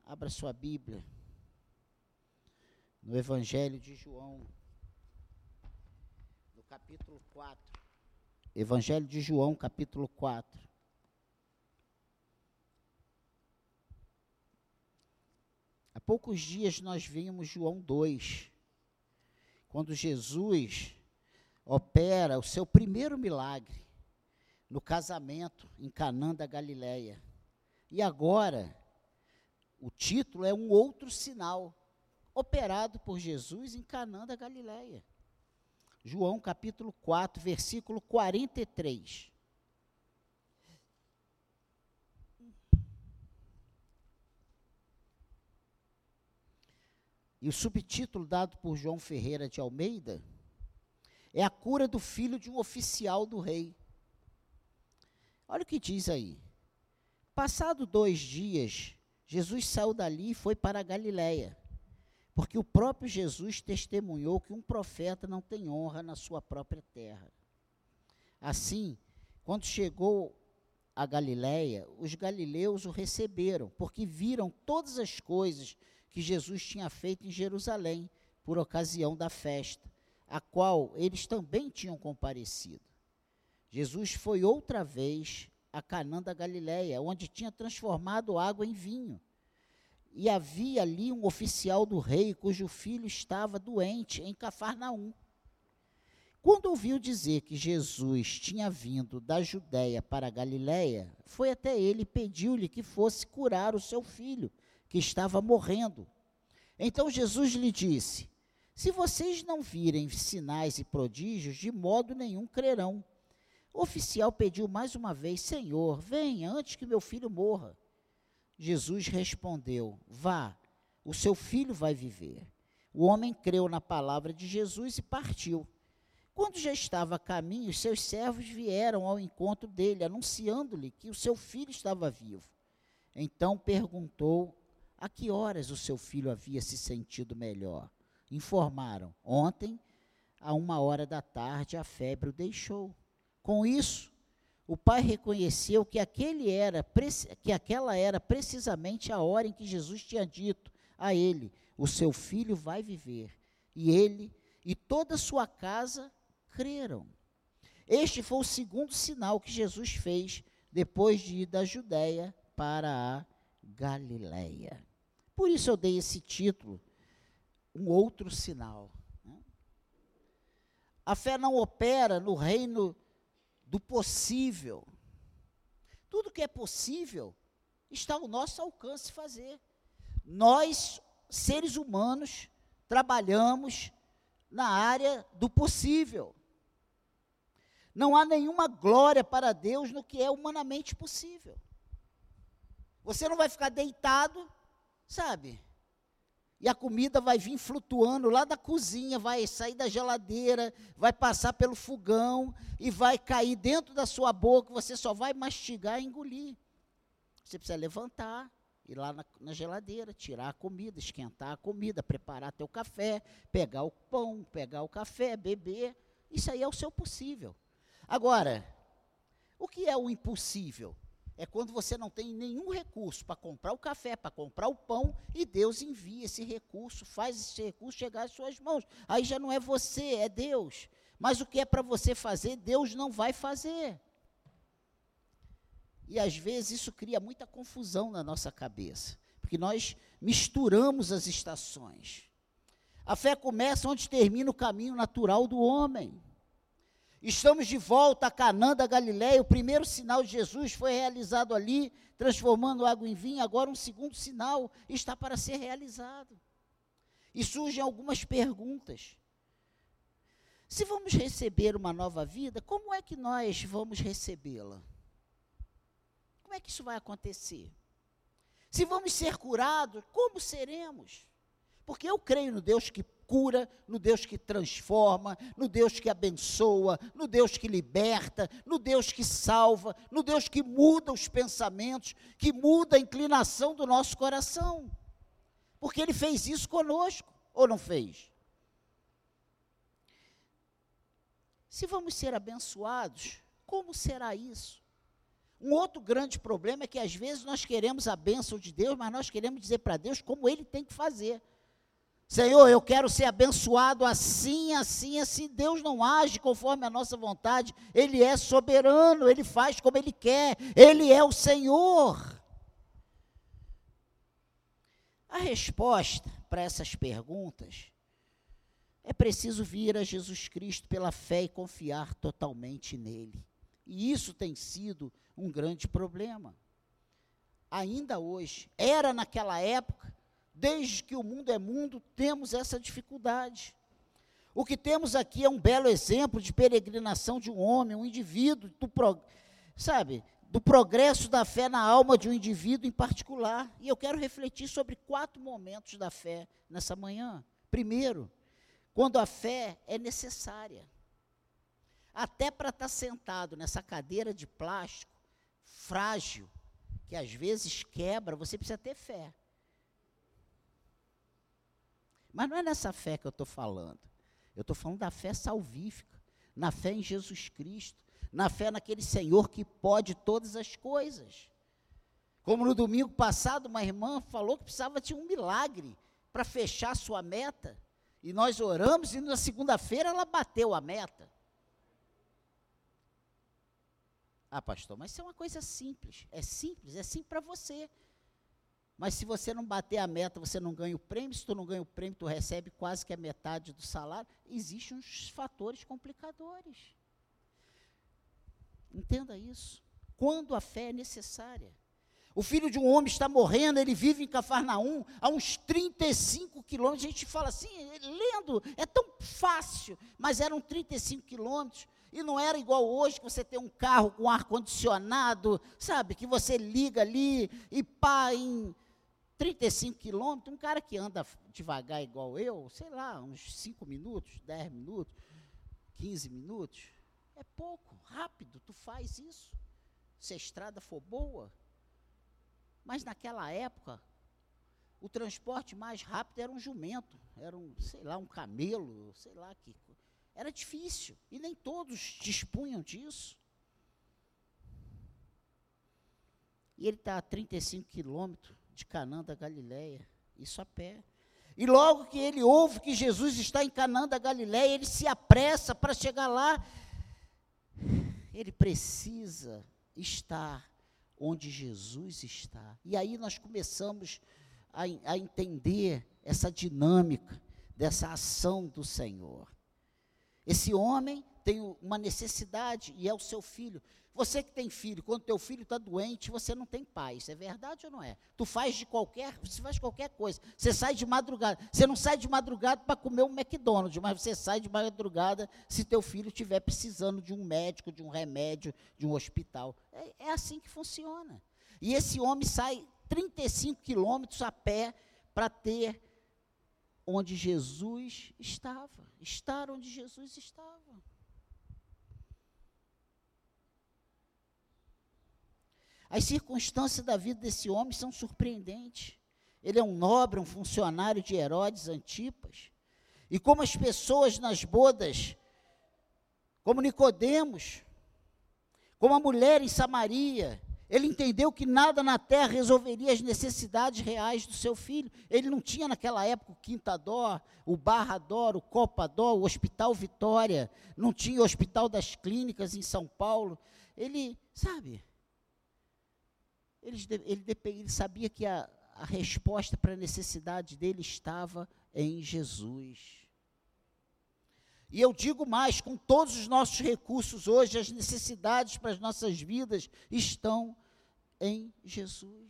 Abra sua Bíblia no Evangelho de João, no capítulo 4. Evangelho de João, capítulo 4. Há poucos dias nós vimos João 2, quando Jesus opera o seu primeiro milagre no casamento em Canaã da Galileia. E agora, o título é um outro sinal, operado por Jesus em Canaã da Galileia. João capítulo 4, versículo 43. E o subtítulo dado por João Ferreira de Almeida é a cura do filho de um oficial do rei. Olha o que diz aí. Passado 2 dias, Jesus saiu dali e foi para a Galileia, porque o próprio Jesus testemunhou que um profeta não tem honra na sua própria terra. Assim, quando chegou a Galileia, os galileus o receberam, porque viram todas as coisas que Jesus tinha feito em Jerusalém, por ocasião da festa, a qual eles também tinham comparecido. Jesus foi outra vez a Canaã da Galileia, onde tinha transformado água em vinho. E havia ali um oficial do rei, cujo filho estava doente em Cafarnaum. Quando ouviu dizer que Jesus tinha vindo da Judéia para a Galileia, foi até ele e pediu-lhe que fosse curar o seu filho, que estava morrendo. Então Jesus lhe disse: se vocês não virem sinais e prodígios, de modo nenhum crerão. O oficial pediu mais uma vez: Senhor, venha antes que meu filho morra. Jesus respondeu: vá, o seu filho vai viver. O homem creu na palavra de Jesus e partiu. Quando já estava a caminho, seus servos vieram ao encontro dele, anunciando-lhe que o seu filho estava vivo. Então perguntou a que horas o seu filho havia se sentido melhor. Informaram: ontem, a 1h da tarde, a febre o deixou. Com isso, o pai reconheceu que aquela era precisamente a hora em que Jesus tinha dito a ele: o seu filho vai viver. E ele e toda a sua casa creram. Este foi o segundo sinal que Jesus fez depois de ir da Judéia para a Galileia. Por isso eu dei esse título, um outro sinal. A fé não opera no reino do possível. Tudo que é possível está ao nosso alcance fazer. Nós, seres humanos, trabalhamos na área do possível. Não há nenhuma glória para Deus no que é humanamente possível. Você não vai ficar deitado, sabe? E a comida vai vir flutuando lá da cozinha, vai sair da geladeira, vai passar pelo fogão e vai cair dentro da sua boca, você só vai mastigar e engolir. Você precisa levantar, ir lá na geladeira, tirar a comida, esquentar a comida, preparar teu café, pegar o pão, pegar o café, beber. Isso aí é o seu possível. Agora, o que é o impossível? É quando você não tem nenhum recurso para comprar o café, para comprar o pão, e Deus envia esse recurso, faz esse recurso chegar às suas mãos. Aí já não é você, é Deus. Mas o que é para você fazer, Deus não vai fazer. E às vezes isso cria muita confusão na nossa cabeça, porque nós misturamos as estações. A fé começa onde termina o caminho natural do homem. Estamos de volta a Canaã da Galileia. O primeiro sinal de Jesus foi realizado ali, transformando água em vinho. Agora um segundo sinal está para ser realizado. E surgem algumas perguntas. Se vamos receber uma nova vida, como é que nós vamos recebê-la? Como é que isso vai acontecer? Se vamos ser curados, como seremos? Porque eu creio no Deus que cura, no Deus que transforma, no Deus que abençoa, no Deus que liberta, no Deus que salva, no Deus que muda os pensamentos, que muda a inclinação do nosso coração. Porque Ele fez isso conosco, ou não fez? Se vamos ser abençoados, como será isso? Um outro grande problema é que às vezes nós queremos a bênção de Deus, mas nós queremos dizer para Deus como Ele tem que fazer. Senhor, eu quero ser abençoado assim, assim, assim. Deus não age conforme a nossa vontade. Ele é soberano, Ele faz como Ele quer. Ele é o Senhor. A resposta para essas perguntas é preciso vir a Jesus Cristo pela fé e confiar totalmente nele. E isso tem sido um grande problema. Ainda hoje, era naquela época, desde que o mundo é mundo, temos essa dificuldade. O que temos aqui é um belo exemplo de peregrinação de um homem, um indivíduo, do progresso da fé na alma de um indivíduo em particular. E eu quero refletir sobre 4 momentos da fé nessa manhã. Primeiro, quando a fé é necessária. Até para estar sentado nessa cadeira de plástico, frágil, que às vezes quebra, você precisa ter fé. Mas não é nessa fé que eu estou falando. Eu estou falando da fé salvífica, na fé em Jesus Cristo, na fé naquele Senhor que pode todas as coisas. Como no domingo passado, uma irmã falou que precisava de um milagre para fechar a sua meta. E nós oramos e na segunda-feira ela bateu a meta. Ah, pastor, mas isso é uma coisa simples. É simples para você. Mas se você não bater a meta, você não ganha o prêmio. Se tu não ganha o prêmio, tu recebe quase que a metade do salário. Existem uns fatores complicadores. Entenda isso. Quando a fé é necessária. O filho de um homem está morrendo, ele vive em Cafarnaum, a uns 35 quilômetros. A gente fala assim, lendo, é tão fácil, mas eram 35 quilômetros. E não era igual hoje, que você tem um carro com ar-condicionado, sabe, que você liga ali e pá, em 35 quilômetros, um cara que anda devagar igual eu, sei lá, uns 5 minutos, 10 minutos, 15 minutos, é pouco, rápido, tu faz isso, se a estrada for boa. Mas naquela época, o transporte mais rápido era um jumento, era um camelo, sei lá que coisa. Era difícil, e nem todos dispunham disso. E ele está a 35 quilômetros de Canaã da Galileia, isso a pé. E logo que ele ouve que Jesus está em Canaã da Galileia, ele se apressa para chegar lá. Ele precisa estar onde Jesus está. E aí nós começamos a entender essa dinâmica dessa ação do Senhor. Esse homem tem uma necessidade e é o seu filho. Você que tem filho, quando teu filho está doente, você não tem paz. É verdade ou não é? Você faz qualquer coisa. Você sai de madrugada. Você não sai de madrugada para comer um McDonald's, mas você sai de madrugada se teu filho estiver precisando de um médico, de um remédio, de um hospital. É assim que funciona. E esse homem sai 35 quilômetros a pé para ter onde Jesus estava. Estar onde Jesus estava. As circunstâncias da vida desse homem são surpreendentes. Ele é um nobre, um funcionário de Herodes Antipas. E como as pessoas nas bodas, como Nicodemos, como a mulher em Samaria, ele entendeu que nada na terra resolveria as necessidades reais do seu filho. Ele não tinha naquela época o Quinta Dó, o Barra Dó, o Copa Dó, o Hospital Vitória, não tinha o Hospital das Clínicas em São Paulo. Ele sabia que a resposta para a necessidade dele estava em Jesus. E eu digo mais, com todos os nossos recursos hoje, as necessidades para as nossas vidas estão em Jesus.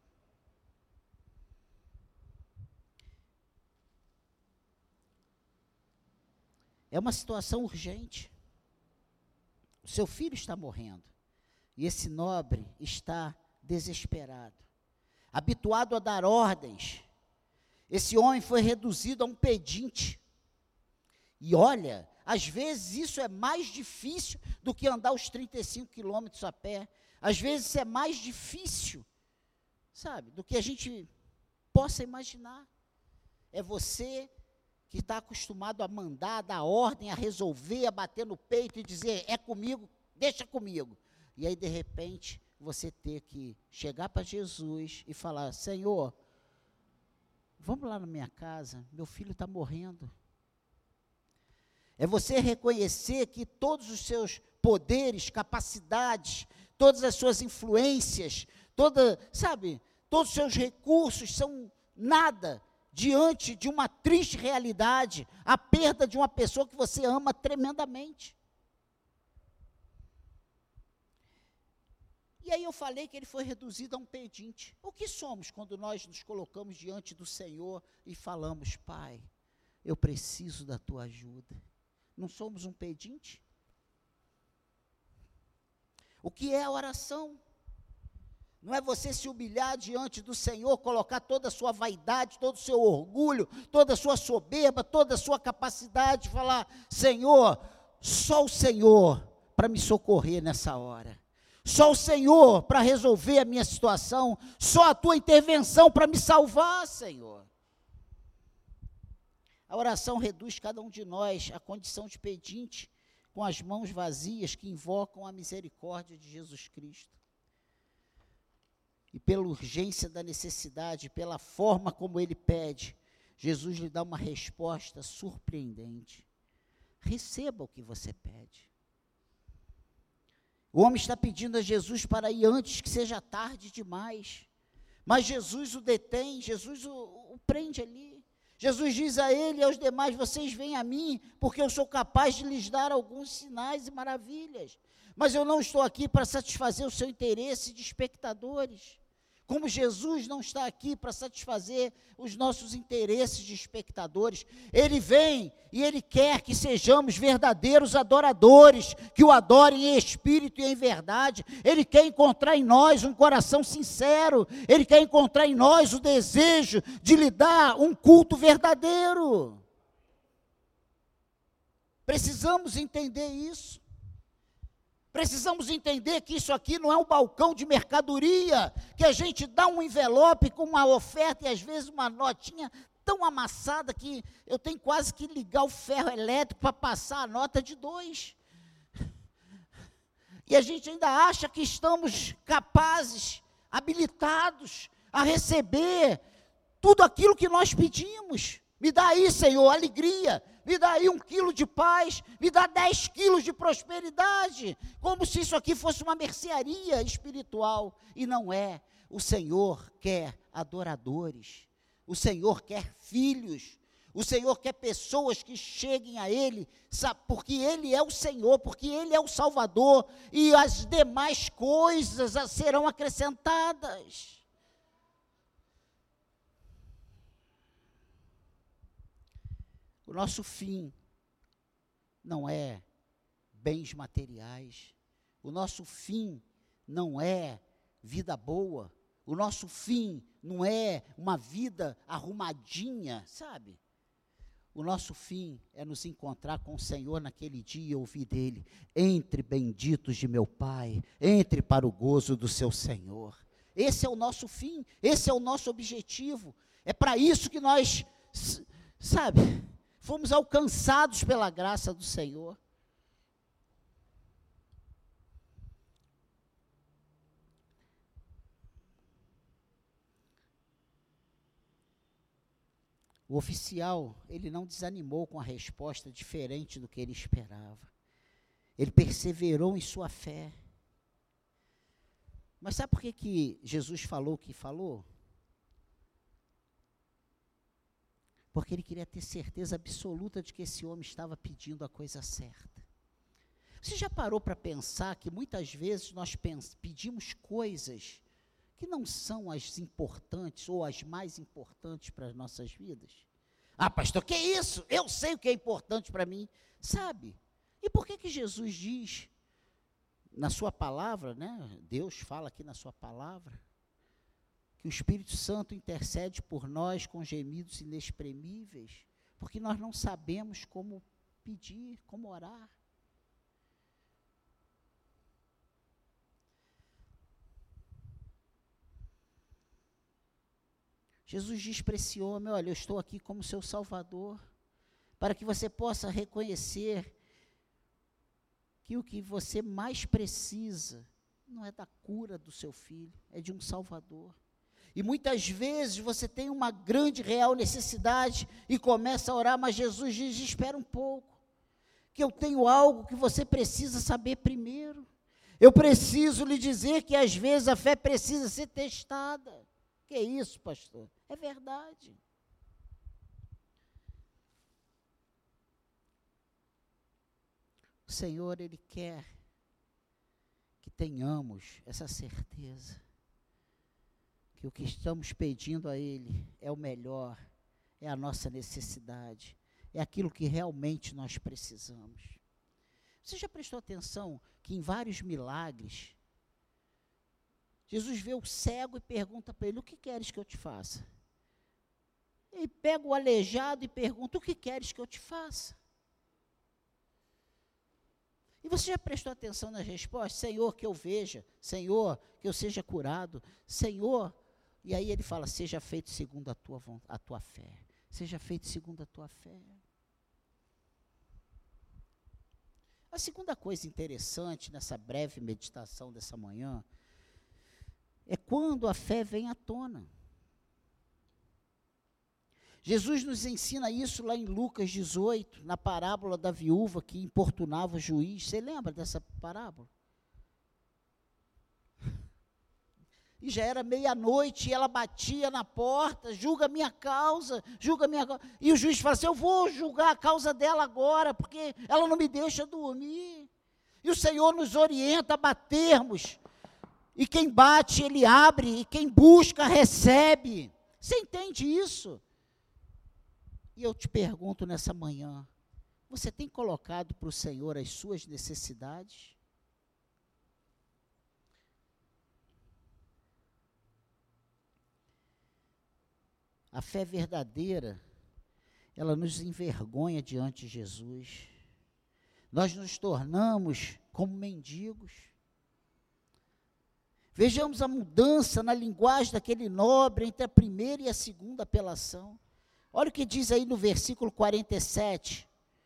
É uma situação urgente. O seu filho está morrendo. E esse nobre está desesperado, habituado a dar ordens. Esse homem foi reduzido a um pedinte. E olha, às vezes isso é mais difícil do que andar os 35 quilômetros a pé. Às vezes isso é mais difícil, sabe, do que a gente possa imaginar. É você que está acostumado a mandar, a dar ordem, a resolver, a bater no peito e dizer, é comigo, deixa comigo. E aí, de repente, você ter que chegar para Jesus e falar: Senhor, vamos lá na minha casa, meu filho está morrendo. É você reconhecer que todos os seus poderes, capacidades, todas as suas influências, todos os seus recursos são nada diante de uma triste realidade, a perda de uma pessoa que você ama tremendamente. E aí eu falei que ele foi reduzido a um pedinte. O que somos quando nós nos colocamos diante do Senhor e falamos: Pai, eu preciso da tua ajuda? Não somos um pedinte? O que é a oração? Não é você se humilhar diante do Senhor, colocar toda a sua vaidade, todo o seu orgulho, toda a sua soberba, toda a sua capacidade, falar: Senhor, só o Senhor para me socorrer nessa hora. Só o Senhor para resolver a minha situação, só a tua intervenção para me salvar, Senhor. A oração reduz cada um de nós à condição de pedinte, com as mãos vazias que invocam a misericórdia de Jesus Cristo. E pela urgência da necessidade, pela forma como ele pede, Jesus lhe dá uma resposta surpreendente. Receba o que você pede. O homem está pedindo a Jesus para ir antes que seja tarde demais, mas Jesus o detém, Jesus o prende ali. Jesus diz a ele e aos demais: vocês vêm a mim, porque eu sou capaz de lhes dar alguns sinais e maravilhas, mas eu não estou aqui para satisfazer o seu interesse de espectadores, como Jesus não está aqui para satisfazer os nossos interesses de espectadores. Ele vem e Ele quer que sejamos verdadeiros adoradores, que o adorem em espírito e em verdade. Ele quer encontrar em nós um coração sincero, Ele quer encontrar em nós o desejo de lhe dar um culto verdadeiro. Precisamos entender isso. Precisamos entender que isso aqui não é um balcão de mercadoria, que a gente dá um envelope com uma oferta e às vezes uma notinha tão amassada que eu tenho quase que ligar o ferro elétrico para passar a nota de 2. E a gente ainda acha que estamos capazes, habilitados a receber tudo aquilo que nós pedimos. Me dá aí, Senhor, alegria. Me dá aí 1 quilo de paz, me dá 10 quilos de prosperidade, como se isso aqui fosse uma mercearia espiritual, e não é. O Senhor quer adoradores, o Senhor quer filhos, o Senhor quer pessoas que cheguem a Ele, porque Ele é o Senhor, porque Ele é o Salvador, e as demais coisas serão acrescentadas. O nosso fim não é bens materiais, o nosso fim não é vida boa, o nosso fim não é uma vida arrumadinha, sabe? O nosso fim é nos encontrar com o Senhor naquele dia e ouvir dele: entre benditos de meu Pai, entre para o gozo do seu Senhor. Esse é o nosso fim, esse é o nosso objetivo, é para isso que nós, fomos alcançados pela graça do Senhor. O oficial, ele não desanimou com a resposta diferente do que ele esperava. Ele perseverou em sua fé. Mas sabe por que Jesus falou o que falou? Porque ele queria ter certeza absoluta de que esse homem estava pedindo a coisa certa. Você já parou para pensar que muitas vezes nós pedimos coisas que não são as importantes ou as mais importantes para as nossas vidas? Ah, pastor, que é isso? Eu sei o que é importante para mim. Sabe? E por que Jesus diz na sua palavra, né? Deus fala aqui na sua palavra, que o Espírito Santo intercede por nós com gemidos inexprimíveis, porque nós não sabemos como pedir, como orar. Jesus diz para esse homem: olha, eu estou aqui como seu Salvador, para que você possa reconhecer que o que você mais precisa não é da cura do seu filho, é de um Salvador. E muitas vezes você tem uma grande, real necessidade e começa a orar, mas Jesus diz, espera um pouco, que eu tenho algo que você precisa saber primeiro. Eu preciso lhe dizer que às vezes a fé precisa ser testada. Que é isso, pastor? É verdade. O Senhor, Ele quer que tenhamos essa certeza, que o que estamos pedindo a Ele é o melhor, é a nossa necessidade, é aquilo que realmente nós precisamos. Você já prestou atenção que em vários milagres, Jesus vê o cego e pergunta para ele, o que queres que eu te faça? Ele pega o aleijado e pergunta, o que queres que eu te faça? E você já prestou atenção nas respostas? Senhor, que eu veja, Senhor, que eu seja curado, Senhor. E aí ele fala, seja feito segundo a tua fé. Seja feito segundo a tua fé. A segunda coisa interessante nessa breve meditação dessa manhã é quando a fé vem à tona. Jesus nos ensina isso lá em Lucas 18, na parábola da viúva que importunava o juiz. Você lembra dessa parábola? E já era meia-noite e ela batia na porta, julga a minha causa, julga a minha causa. E o juiz fala assim, eu vou julgar a causa dela agora, porque ela não me deixa dormir. E o Senhor nos orienta a batermos. E quem bate, Ele abre, e quem busca, recebe. Você entende isso? E eu te pergunto nessa manhã, você tem colocado para o Senhor as suas necessidades? A fé verdadeira, ela nos envergonha diante de Jesus. Nós nos tornamos como mendigos. Vejamos a mudança na linguagem daquele nobre entre a primeira e a segunda apelação. Olha o que diz aí no versículo 47.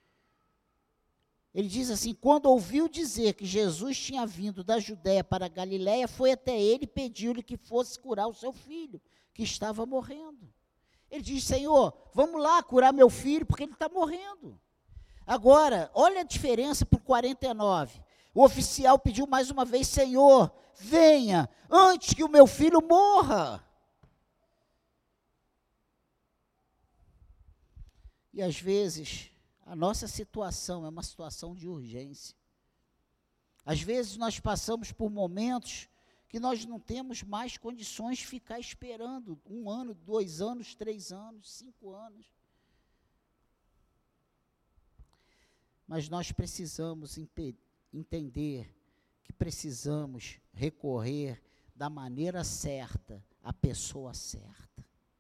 Ele diz assim, quando ouviu dizer que Jesus tinha vindo da Judéia para a Galiléia, foi até ele e pediu-lhe que fosse curar o seu filho, que estava morrendo. Ele diz, Senhor, vamos lá curar meu filho, porque ele está morrendo. Agora, olha a diferença para o 49. O oficial pediu mais uma vez, Senhor, venha, antes que o meu filho morra. E às vezes, a nossa situação é uma situação de urgência. Às vezes nós passamos por momentos que nós não temos mais condições de ficar esperando 1 ano, 2 anos, 3 anos, 5 anos. Mas nós precisamos entender que precisamos recorrer da maneira certa à pessoa certa.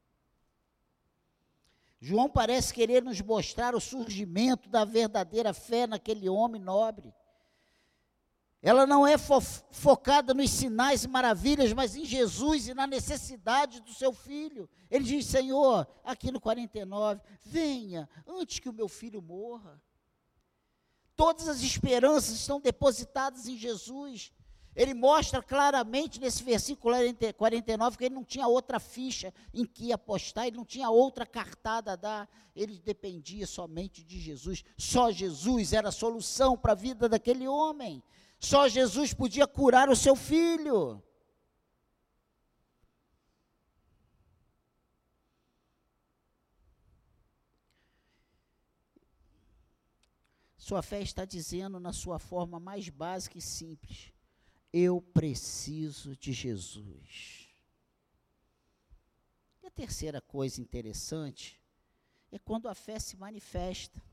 João parece querer nos mostrar o surgimento da verdadeira fé naquele homem nobre. Ela não é focada nos sinais e maravilhas, mas em Jesus e na necessidade do seu filho. Ele diz, Senhor, aqui no 49, venha antes que o meu filho morra. Todas as esperanças estão depositadas em Jesus. Ele mostra claramente nesse versículo 49 que ele não tinha outra ficha em que apostar, ele não tinha outra cartada a dar, ele dependia somente de Jesus. Só Jesus era a solução para a vida daquele homem. Só Jesus podia curar o seu filho. Sua fé está dizendo na sua forma mais básica e simples, eu preciso de Jesus. E a terceira coisa interessante é quando a fé se manifesta.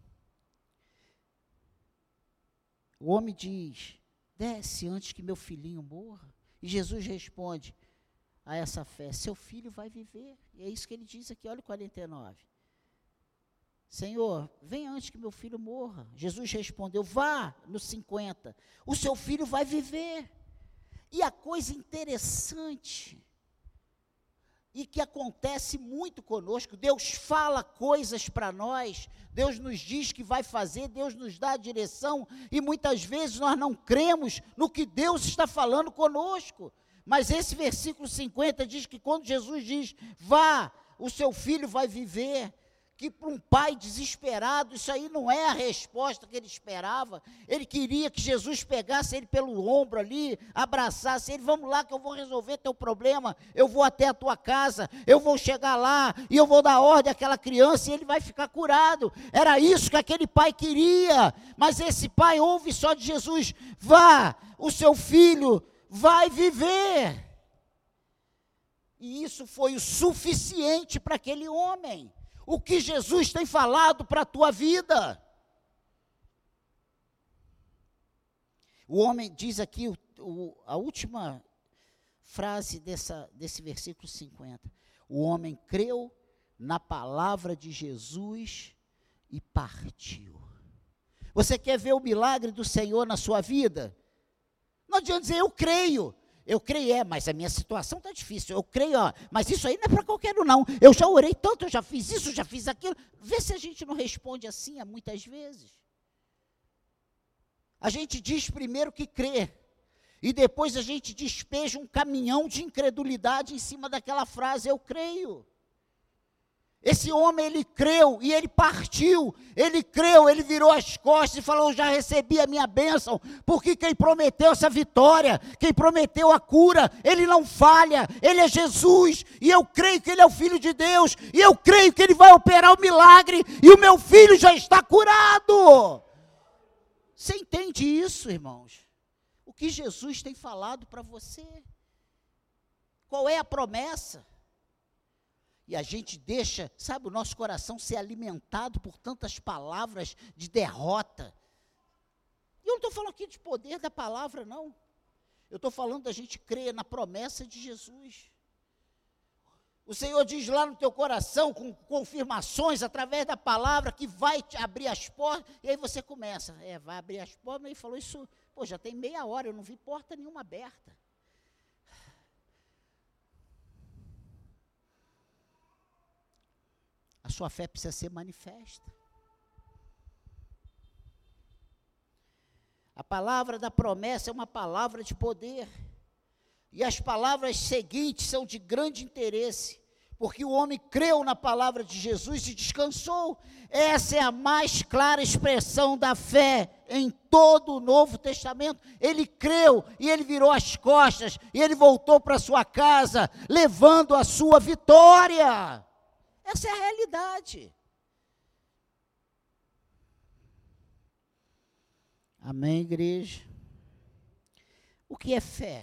O homem diz, desce antes que meu filhinho morra. E Jesus responde a essa fé, seu filho vai viver. E é isso que ele diz aqui, olha o 49. Senhor, vem antes que meu filho morra. Jesus respondeu, vá no 50, o seu filho vai viver. E a coisa interessante e que acontece muito conosco. Deus fala coisas para nós, Deus nos diz que vai fazer, Deus nos dá a direção, e muitas vezes nós não cremos no que Deus está falando conosco. Mas esse versículo 50 diz que quando Jesus diz, vá, o seu filho vai viver, que para um pai desesperado, isso aí não é a resposta que ele esperava. Ele queria que Jesus pegasse ele pelo ombro ali, abraçasse ele, vamos lá que eu vou resolver teu problema, eu vou até a tua casa, eu vou chegar lá, e eu vou dar ordem àquela criança, e ele vai ficar curado. Era isso que aquele pai queria, mas esse pai ouve só de Jesus, vá, o seu filho vai viver. E isso foi o suficiente para aquele homem. O que Jesus tem falado para a tua vida. O homem diz aqui, a última frase desse versículo 50. O homem creu na palavra de Jesus e partiu. Você quer ver o milagre do Senhor na sua vida? Não adianta dizer, eu creio, mas a minha situação está difícil, eu creio, mas isso aí não é para qualquer um não, eu já orei tanto, eu já fiz isso, já fiz aquilo. Vê se a gente não responde assim muitas vezes. A gente diz primeiro que crê, e depois a gente despeja um caminhão de incredulidade em cima daquela frase, eu creio. Esse homem, ele creu e ele partiu, ele creu, ele virou as costas e falou, eu já recebi a minha bênção, porque quem prometeu essa vitória, quem prometeu a cura, ele não falha, ele é Jesus, e eu creio que ele é o Filho de Deus, e eu creio que ele vai operar o milagre, e o meu filho já está curado. Você entende isso, irmãos? O que Jesus tem falado para você? Qual é a promessa? E a gente deixa, sabe, o nosso coração ser alimentado por tantas palavras de derrota. E eu não estou falando aqui de poder da palavra, não. Eu estou falando da gente crer na promessa de Jesus. O Senhor diz lá no teu coração, com confirmações, através da palavra, que vai te abrir as portas, e aí você começa, vai abrir as portas, mas ele falou isso, já tem meia hora, eu não vi porta nenhuma aberta. A sua fé precisa ser manifesta. A palavra da promessa é uma palavra de poder. E as palavras seguintes são de grande interesse, porque o homem creu na palavra de Jesus e descansou. Essa é a mais clara expressão da fé em todo o Novo Testamento. Ele creu e ele virou as costas e ele voltou para sua casa, levando a sua vitória. Essa é a realidade. Amém, igreja? O que é fé?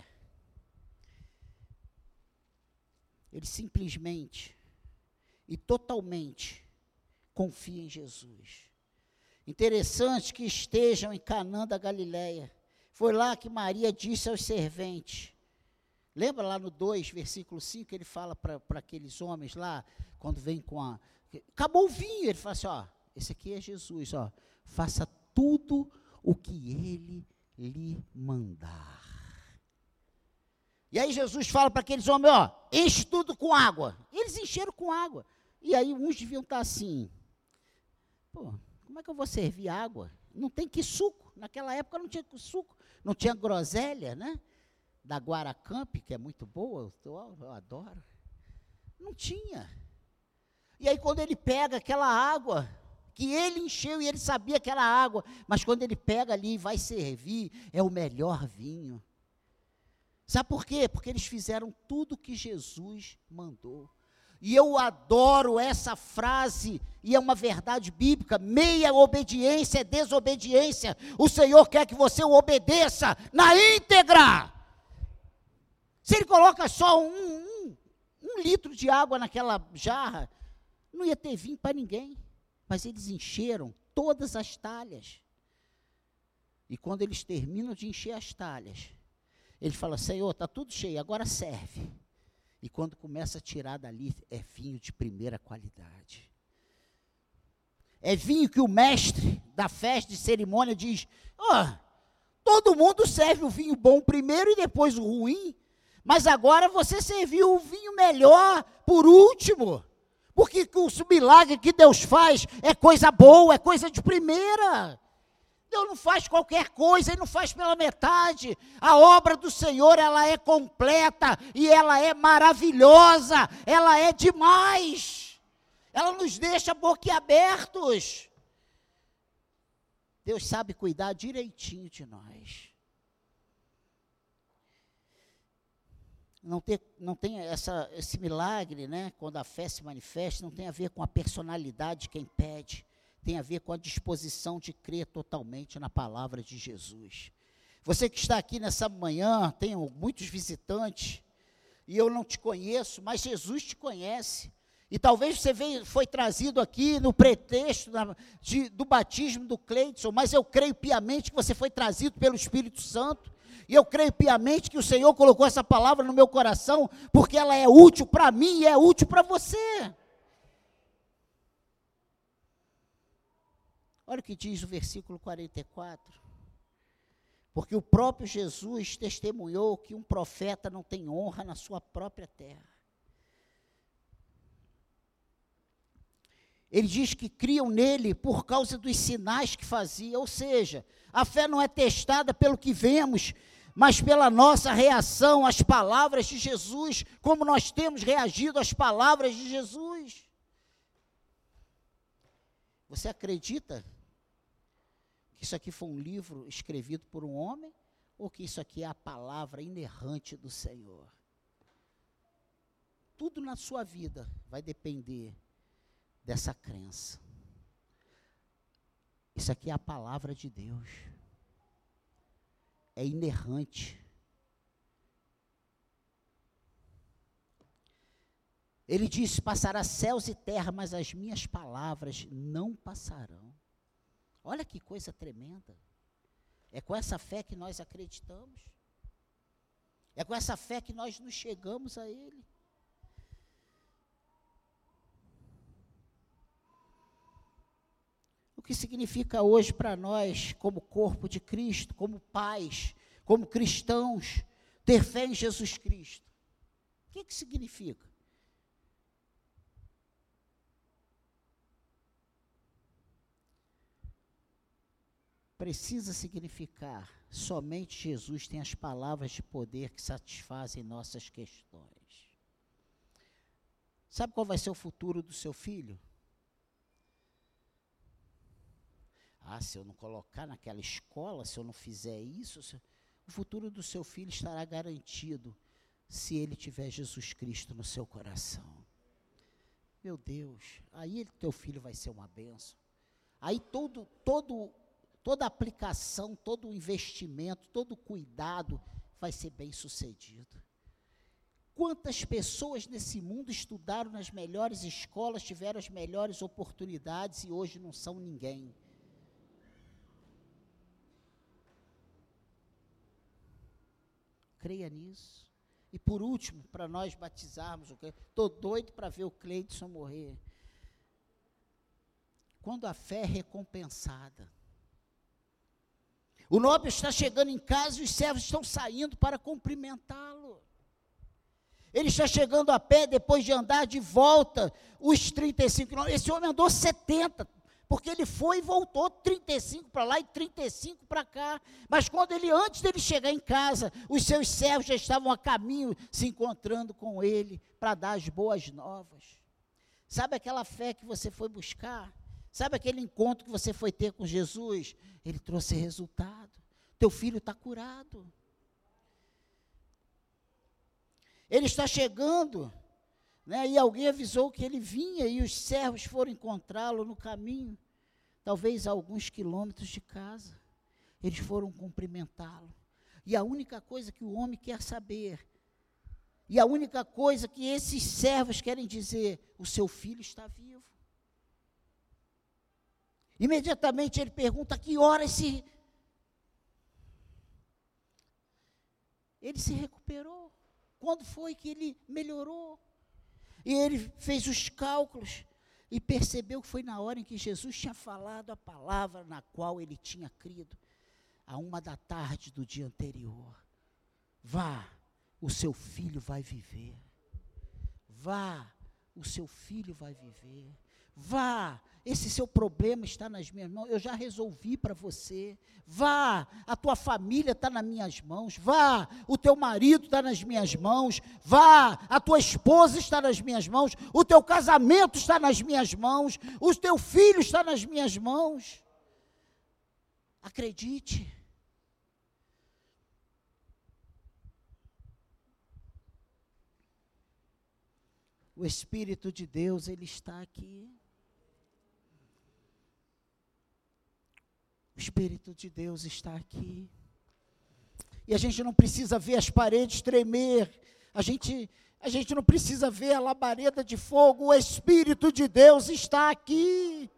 Ele simplesmente e totalmente confia em Jesus. Interessante que estejam em Canaã da Galileia. Foi lá que Maria disse aos serventes. Lembra lá no 2, versículo 5, ele fala para aqueles homens lá, quando vem acabou o vinho, ele fala assim, esse aqui é Jesus, faça tudo o que ele lhe mandar. E aí Jesus fala para aqueles homens, enche tudo com água. E eles encheram com água. E aí uns deviam estar assim, como é que eu vou servir água? Não tem que suco, naquela época não tinha que suco, não tinha groselha, né? Da Guaracamp, que é muito boa, eu adoro, não tinha. E aí quando ele pega aquela água, que ele encheu e ele sabia que era água, mas quando ele pega ali e vai servir, é o melhor vinho. Sabe por quê? Porque eles fizeram tudo que Jesus mandou. E eu adoro essa frase, e é uma verdade bíblica, meia obediência é desobediência. O Senhor quer que você o obedeça na íntegra. Se ele coloca só um litro de água naquela jarra, não ia ter vinho para ninguém. Mas eles encheram todas as talhas. E quando eles terminam de encher as talhas, ele fala, Senhor, está tudo cheio, agora serve. E quando começa a tirar dali, é vinho de primeira qualidade. É vinho que o mestre da festa de cerimônia diz, todo mundo serve o vinho bom primeiro e depois o ruim. Mas agora você serviu o vinho melhor por último. Porque o milagre que Deus faz é coisa boa, é coisa de primeira. Deus não faz qualquer coisa, Ele não faz pela metade. A obra do Senhor, ela é completa e ela é maravilhosa, ela é demais. Ela nos deixa boquiabertos. Deus sabe cuidar direitinho de nós. Não tem esse milagre, né? Quando a fé se manifesta, não tem a ver com a personalidade de quem pede, tem a ver com a disposição de crer totalmente na palavra de Jesus. Você que está aqui nessa manhã, tem muitos visitantes, e eu não te conheço, mas Jesus te conhece. E talvez você foi trazido aqui no pretexto do batismo do Cleidson, mas eu creio piamente que você foi trazido pelo Espírito Santo. E eu creio piamente que o Senhor colocou essa palavra no meu coração, porque ela é útil para mim e é útil para você. Olha o que diz o versículo 44. Porque o próprio Jesus testemunhou que um profeta não tem honra na sua própria terra. Ele diz que criam nele por causa dos sinais que fazia, ou seja, a fé não é testada pelo que vemos, mas pela nossa reação às palavras de Jesus, como nós temos reagido às palavras de Jesus. Você acredita que isso aqui foi um livro escrevido por um homem, ou que isso aqui é a palavra inerrante do Senhor? Tudo na sua vida vai depender dessa crença. Isso aqui é a palavra de Deus. É inerrante. Ele diz: passará céus e terra, mas as minhas palavras não passarão. Olha que coisa tremenda. É com essa fé que nós acreditamos. É com essa fé que nós nos chegamos a Ele. O que significa hoje para nós, como corpo de Cristo, como pais, como cristãos, ter fé em Jesus Cristo? O que significa? Precisa significar, somente Jesus tem as palavras de poder que satisfazem nossas questões. Sabe qual vai ser o futuro do seu filho? Se eu não colocar naquela escola, se eu não fizer isso, o futuro do seu filho estará garantido se ele tiver Jesus Cristo no seu coração. Meu Deus, aí teu filho vai ser uma bênção. Aí toda aplicação, todo investimento, todo cuidado vai ser bem sucedido. Quantas pessoas nesse mundo estudaram nas melhores escolas, tiveram as melhores oportunidades e hoje não são ninguém? Creia nisso. E por último, para nós batizarmos, estou doido para ver o Cleidson morrer. Quando a fé é recompensada. O nobre está chegando em casa e os servos estão saindo para cumprimentá-lo. Ele está chegando a pé depois de andar de volta os 35 quilômetros. Esse homem andou 70, porque ele foi e voltou 35 para lá e 35 para cá. Mas antes dele chegar em casa, os seus servos já estavam a caminho, se encontrando com ele para dar as boas novas. Sabe aquela fé que você foi buscar? Sabe aquele encontro que você foi ter com Jesus? Ele trouxe resultado. Teu filho está curado. Ele está chegando, né, e alguém avisou que ele vinha e os servos foram encontrá-lo no caminho, talvez a alguns quilômetros de casa. Eles foram cumprimentá-lo. E a única coisa que o homem quer saber, e a única coisa que esses servos querem dizer: o seu filho está vivo. Imediatamente ele pergunta: a que horas ele se recuperou? Quando foi que ele melhorou? E ele fez os cálculos e percebeu que foi na hora em que Jesus tinha falado a palavra na qual ele tinha crido, à 1h da tarde do dia anterior. Vá, o seu filho vai viver. Vá, o seu filho vai viver. Vá, esse seu problema está nas minhas mãos, eu já resolvi para você. Vá, a tua família está nas minhas mãos. Vá, o teu marido está nas minhas mãos. Vá, a tua esposa está nas minhas mãos. O teu casamento está nas minhas mãos. O teu filho está nas minhas mãos. Acredite. O Espírito de Deus, Ele está aqui. O Espírito de Deus está aqui. E a gente não precisa ver as paredes tremer. A gente não precisa ver a labareda de fogo. O Espírito de Deus está aqui.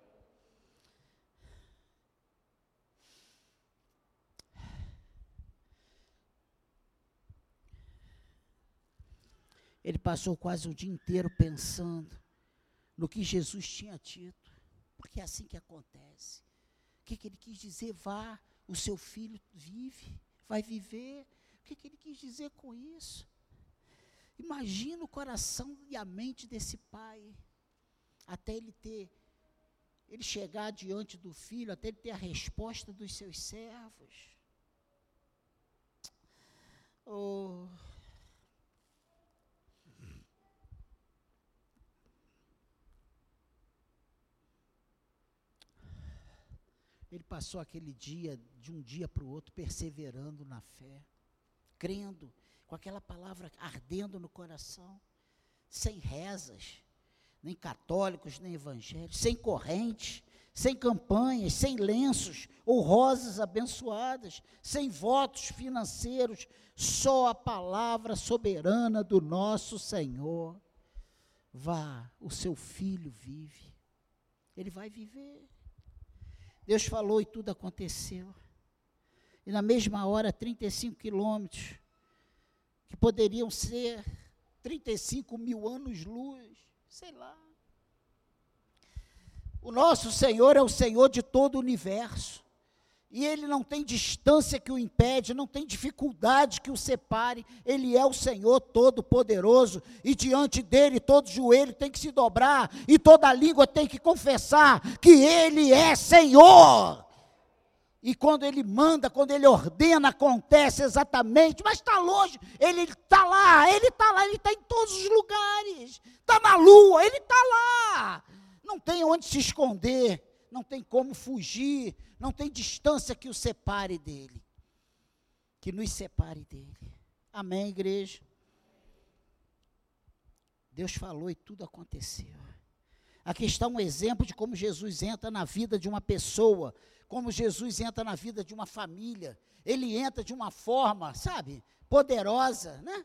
Ele passou quase o dia inteiro pensando no que Jesus tinha dito. Porque é assim que acontece. O que ele quis dizer? Vá, o seu filho vive, vai viver. O que ele quis dizer com isso? Imagina o coração e a mente desse pai, até ele chegar diante do filho, até ele ter a resposta dos seus servos. Oh. Ele passou aquele dia, de um dia para o outro, perseverando na fé, crendo, com aquela palavra ardendo no coração, sem rezas, nem católicos, nem evangélicos, sem correntes, sem campanhas, sem lenços ou rosas abençoadas, sem votos financeiros, só a palavra soberana do nosso Senhor. Vá, o seu filho vive, ele vai viver. Deus falou e tudo aconteceu. E na mesma hora, 35 quilômetros, que poderiam ser 35 mil anos-luz, sei lá. O nosso Senhor é o Senhor de todo o universo. E Ele não tem distância que o impede, não tem dificuldade que o separe. Ele é o Senhor Todo-Poderoso, e diante dEle todo joelho tem que se dobrar, e toda língua tem que confessar que Ele é Senhor. E quando Ele manda, quando Ele ordena, acontece exatamente, mas está longe, Ele está lá, Ele está em todos os lugares, está na lua, Ele está lá, não tem onde se esconder, não tem como fugir, não tem distância que o separe dele, que nos separe dele. Amém, igreja? Deus falou e tudo aconteceu. Aqui está um exemplo de como Jesus entra na vida de uma pessoa, como Jesus entra na vida de uma família. Ele entra de uma forma, sabe, poderosa, né?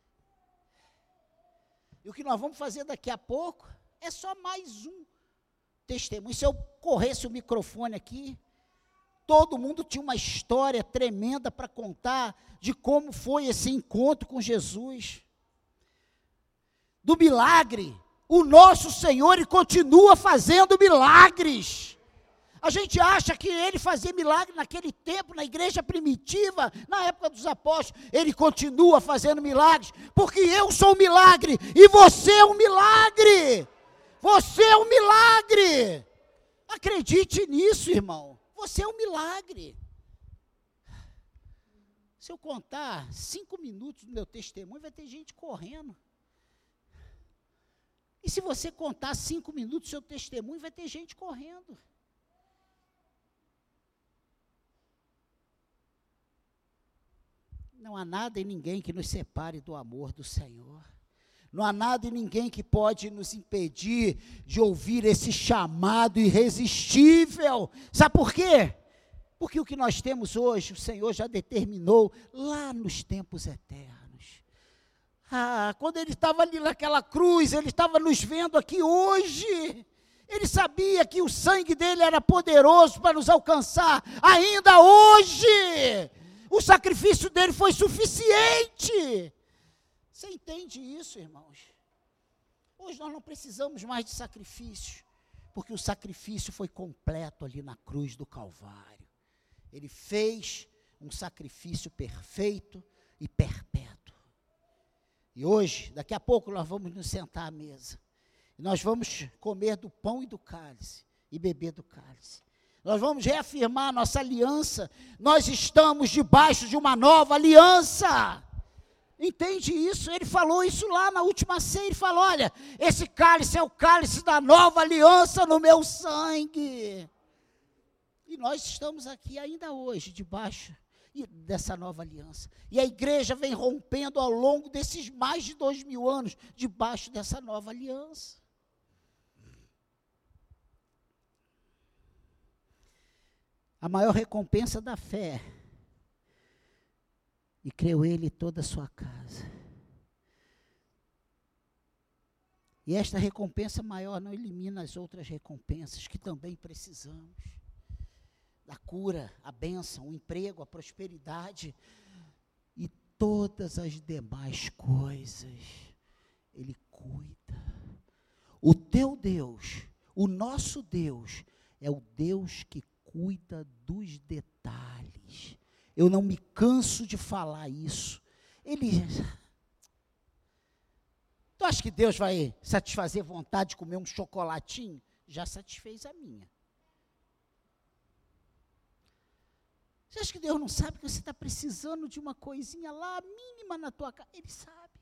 E o que nós vamos fazer daqui a pouco é só mais um testemunho. Se eu corresse o microfone aqui, todo mundo tinha uma história tremenda para contar de como foi esse encontro com Jesus, do milagre. O nosso Senhor, Ele continua fazendo milagres. A gente acha que Ele fazia milagre naquele tempo, na igreja primitiva, na época dos apóstolos. Ele continua fazendo milagres, porque eu sou um milagre, e você é um milagre. Você é um milagre. Acredite nisso, irmão. Você é um milagre. Se eu contar 5 minutos do meu testemunho, vai ter gente correndo. E se você contar 5 minutos do seu testemunho, vai ter gente correndo. Não há nada e ninguém que nos separe do amor do Senhor. Não há nada e ninguém que pode nos impedir de ouvir esse chamado irresistível. Sabe por quê? Porque o que nós temos hoje, o Senhor já determinou lá nos tempos eternos. Quando Ele estava ali naquela cruz, Ele estava nos vendo aqui hoje. Ele sabia que o sangue dEle era poderoso para nos alcançar ainda hoje. O sacrifício dEle foi suficiente. Você entende isso, irmãos? Hoje nós não precisamos mais de sacrifício, porque o sacrifício foi completo ali na cruz do Calvário. Ele fez um sacrifício perfeito e perpétuo. E hoje, daqui a pouco, nós vamos nos sentar à mesa. E nós vamos comer do pão e do cálice, e beber do cálice. Nós vamos reafirmar a nossa aliança. Nós estamos debaixo de uma nova aliança. Entende isso? Ele falou isso lá na última ceia. Ele falou, olha, esse cálice é o cálice da nova aliança no meu sangue. E nós estamos aqui ainda hoje, debaixo dessa nova aliança. E a igreja vem rompendo ao longo desses mais de 2000 anos, debaixo dessa nova aliança. A maior recompensa da fé, e creu ele toda a sua casa. E esta recompensa maior não elimina as outras recompensas que também precisamos. A cura, a bênção, o emprego, a prosperidade e todas as demais coisas. Ele cuida. O teu Deus, o nosso Deus, é o Deus que cuida dos detalhes. Eu não me canso de falar isso. Tu acha que Deus vai satisfazer a vontade de comer um chocolatinho? Já satisfez a minha. Você acha que Deus não sabe que você está precisando de uma coisinha lá, mínima na tua casa? Ele sabe.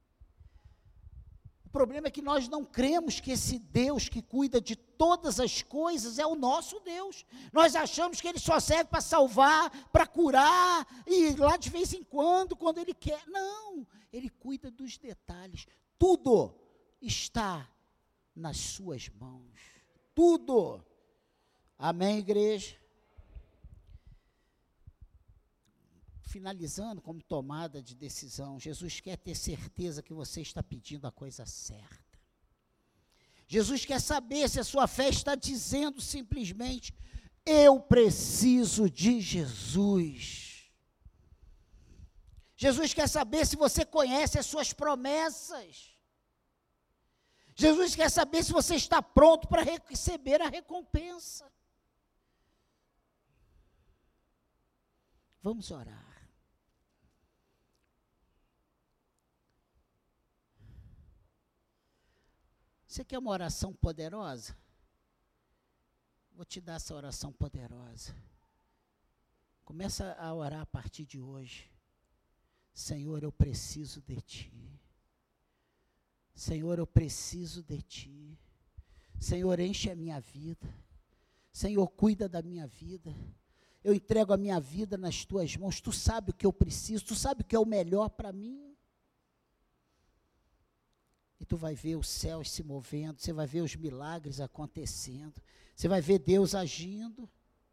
O problema é que nós não cremos que esse Deus que cuida de todas as coisas é o nosso Deus. Nós achamos que Ele só serve para salvar, para curar, e lá de vez em quando Ele quer. Não, Ele cuida dos detalhes. Tudo está nas suas mãos. Tudo. Amém, igreja? Finalizando como tomada de decisão, Jesus quer ter certeza que você está pedindo a coisa certa. Jesus quer saber se a sua fé está dizendo simplesmente, eu preciso de Jesus. Jesus quer saber se você conhece as suas promessas. Jesus quer saber se você está pronto para receber a recompensa. Vamos orar. Você quer uma oração poderosa? Vou te dar essa oração poderosa. Começa a orar a partir de hoje. Senhor, eu preciso de Ti. Senhor, eu preciso de Ti. Senhor, enche a minha vida. Senhor, cuida da minha vida. Eu entrego a minha vida nas Tuas mãos. Tu sabe o que eu preciso. Tu sabe o que é o melhor para mim. E tu vai ver os céus se movendo, você vai ver os milagres acontecendo, você vai ver Deus agindo.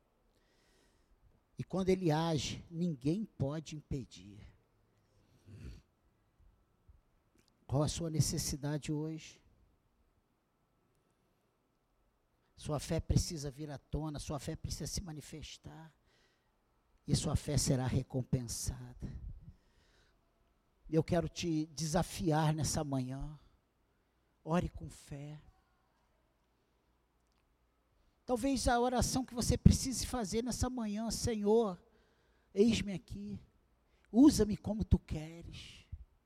E quando Ele age, ninguém pode impedir. Qual a sua necessidade hoje? Sua fé precisa vir à tona, sua fé precisa se manifestar. E sua fé será recompensada. Eu quero te desafiar nessa manhã. Ore com fé. Talvez a oração que você precise fazer nessa manhã, Senhor, eis-me aqui, usa-me como Tu queres.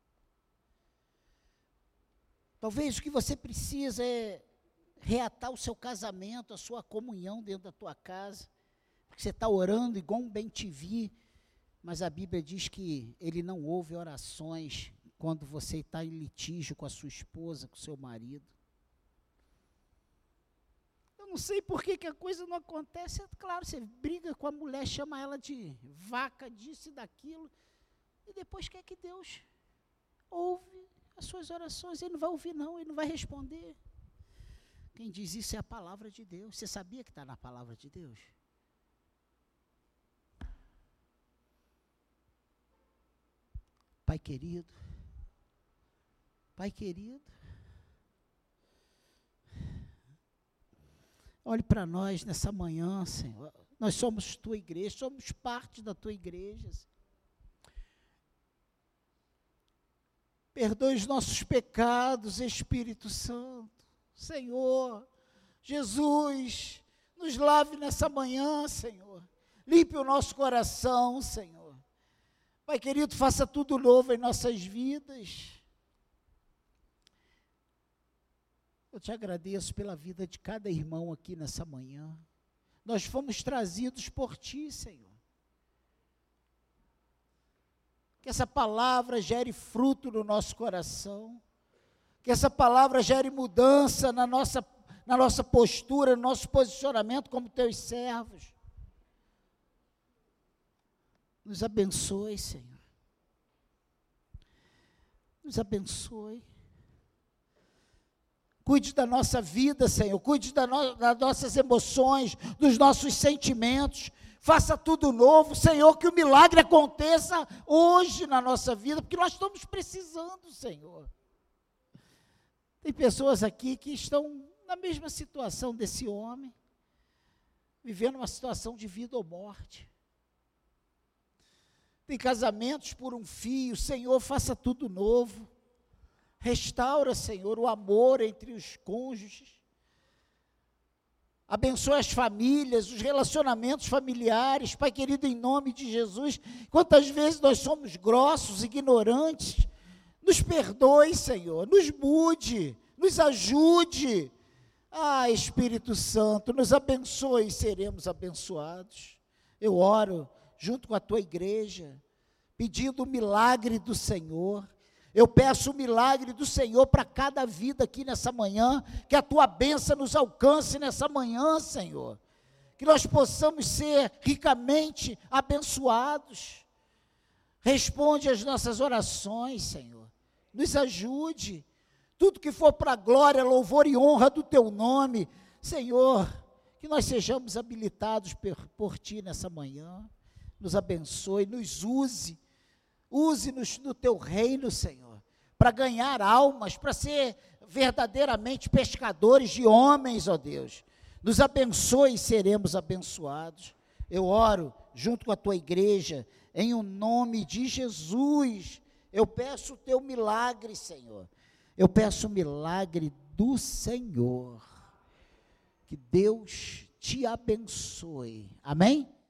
Talvez o que você precisa é reatar o seu casamento, a sua comunhão dentro da tua casa, porque você está orando igual um bem-te-vi, mas a Bíblia diz que Ele não ouve orações quando você está em litígio com a sua esposa, com o seu marido. Eu não sei por que a coisa não acontece. É claro, você briga com a mulher, chama ela de vaca, disso e daquilo, e depois quer que Deus ouve as suas orações. Ele não vai ouvir não, Ele não vai responder. Quem diz isso é a palavra de Deus. Você sabia que está na palavra de Deus? Pai querido, olhe para nós nessa manhã, Senhor. Nós somos Tua igreja, somos parte da Tua igreja. Perdoe os nossos pecados, Espírito Santo. Senhor, Jesus, nos lave nessa manhã, Senhor. Limpe o nosso coração, Senhor. Pai querido, faça tudo novo em nossas vidas. Eu te agradeço pela vida de cada irmão aqui nessa manhã. Nós fomos trazidos por Ti, Senhor. Que essa palavra gere fruto no nosso coração. Que essa palavra gere mudança na nossa postura, no nosso posicionamento como Teus servos. Nos abençoe, Senhor. Nos abençoe. Cuide da nossa vida, Senhor, cuide das nossas emoções, dos nossos sentimentos, faça tudo novo, Senhor, que o milagre aconteça hoje na nossa vida, porque nós estamos precisando, Senhor. Tem pessoas aqui que estão na mesma situação desse homem, vivendo uma situação de vida ou morte. Tem casamentos por um fio, Senhor, faça tudo novo. Restaura, Senhor, o amor entre os cônjuges. Abençoa as famílias, os relacionamentos familiares, Pai querido, em nome de Jesus. Quantas vezes nós somos grossos, ignorantes, nos perdoe, Senhor, nos mude, nos ajude. Ah, Espírito Santo, nos abençoe e seremos abençoados. Eu oro junto com a tua igreja, pedindo o milagre do Senhor. Eu peço o milagre do Senhor para cada vida aqui nessa manhã, que a tua bênção nos alcance nessa manhã, Senhor, que nós possamos ser ricamente abençoados. Responde às nossas orações, Senhor, nos ajude, tudo que for para a glória, louvor e honra do teu nome, Senhor, que nós sejamos habilitados por ti nessa manhã. Nos abençoe, nos use-nos no teu reino, Senhor, para ganhar almas, para ser verdadeiramente pescadores de homens, ó Deus. Nos abençoe e seremos abençoados. Eu oro junto com a tua igreja, em o nome de Jesus. Eu peço o teu milagre, Senhor. Eu peço o milagre do Senhor. Que Deus te abençoe. Amém?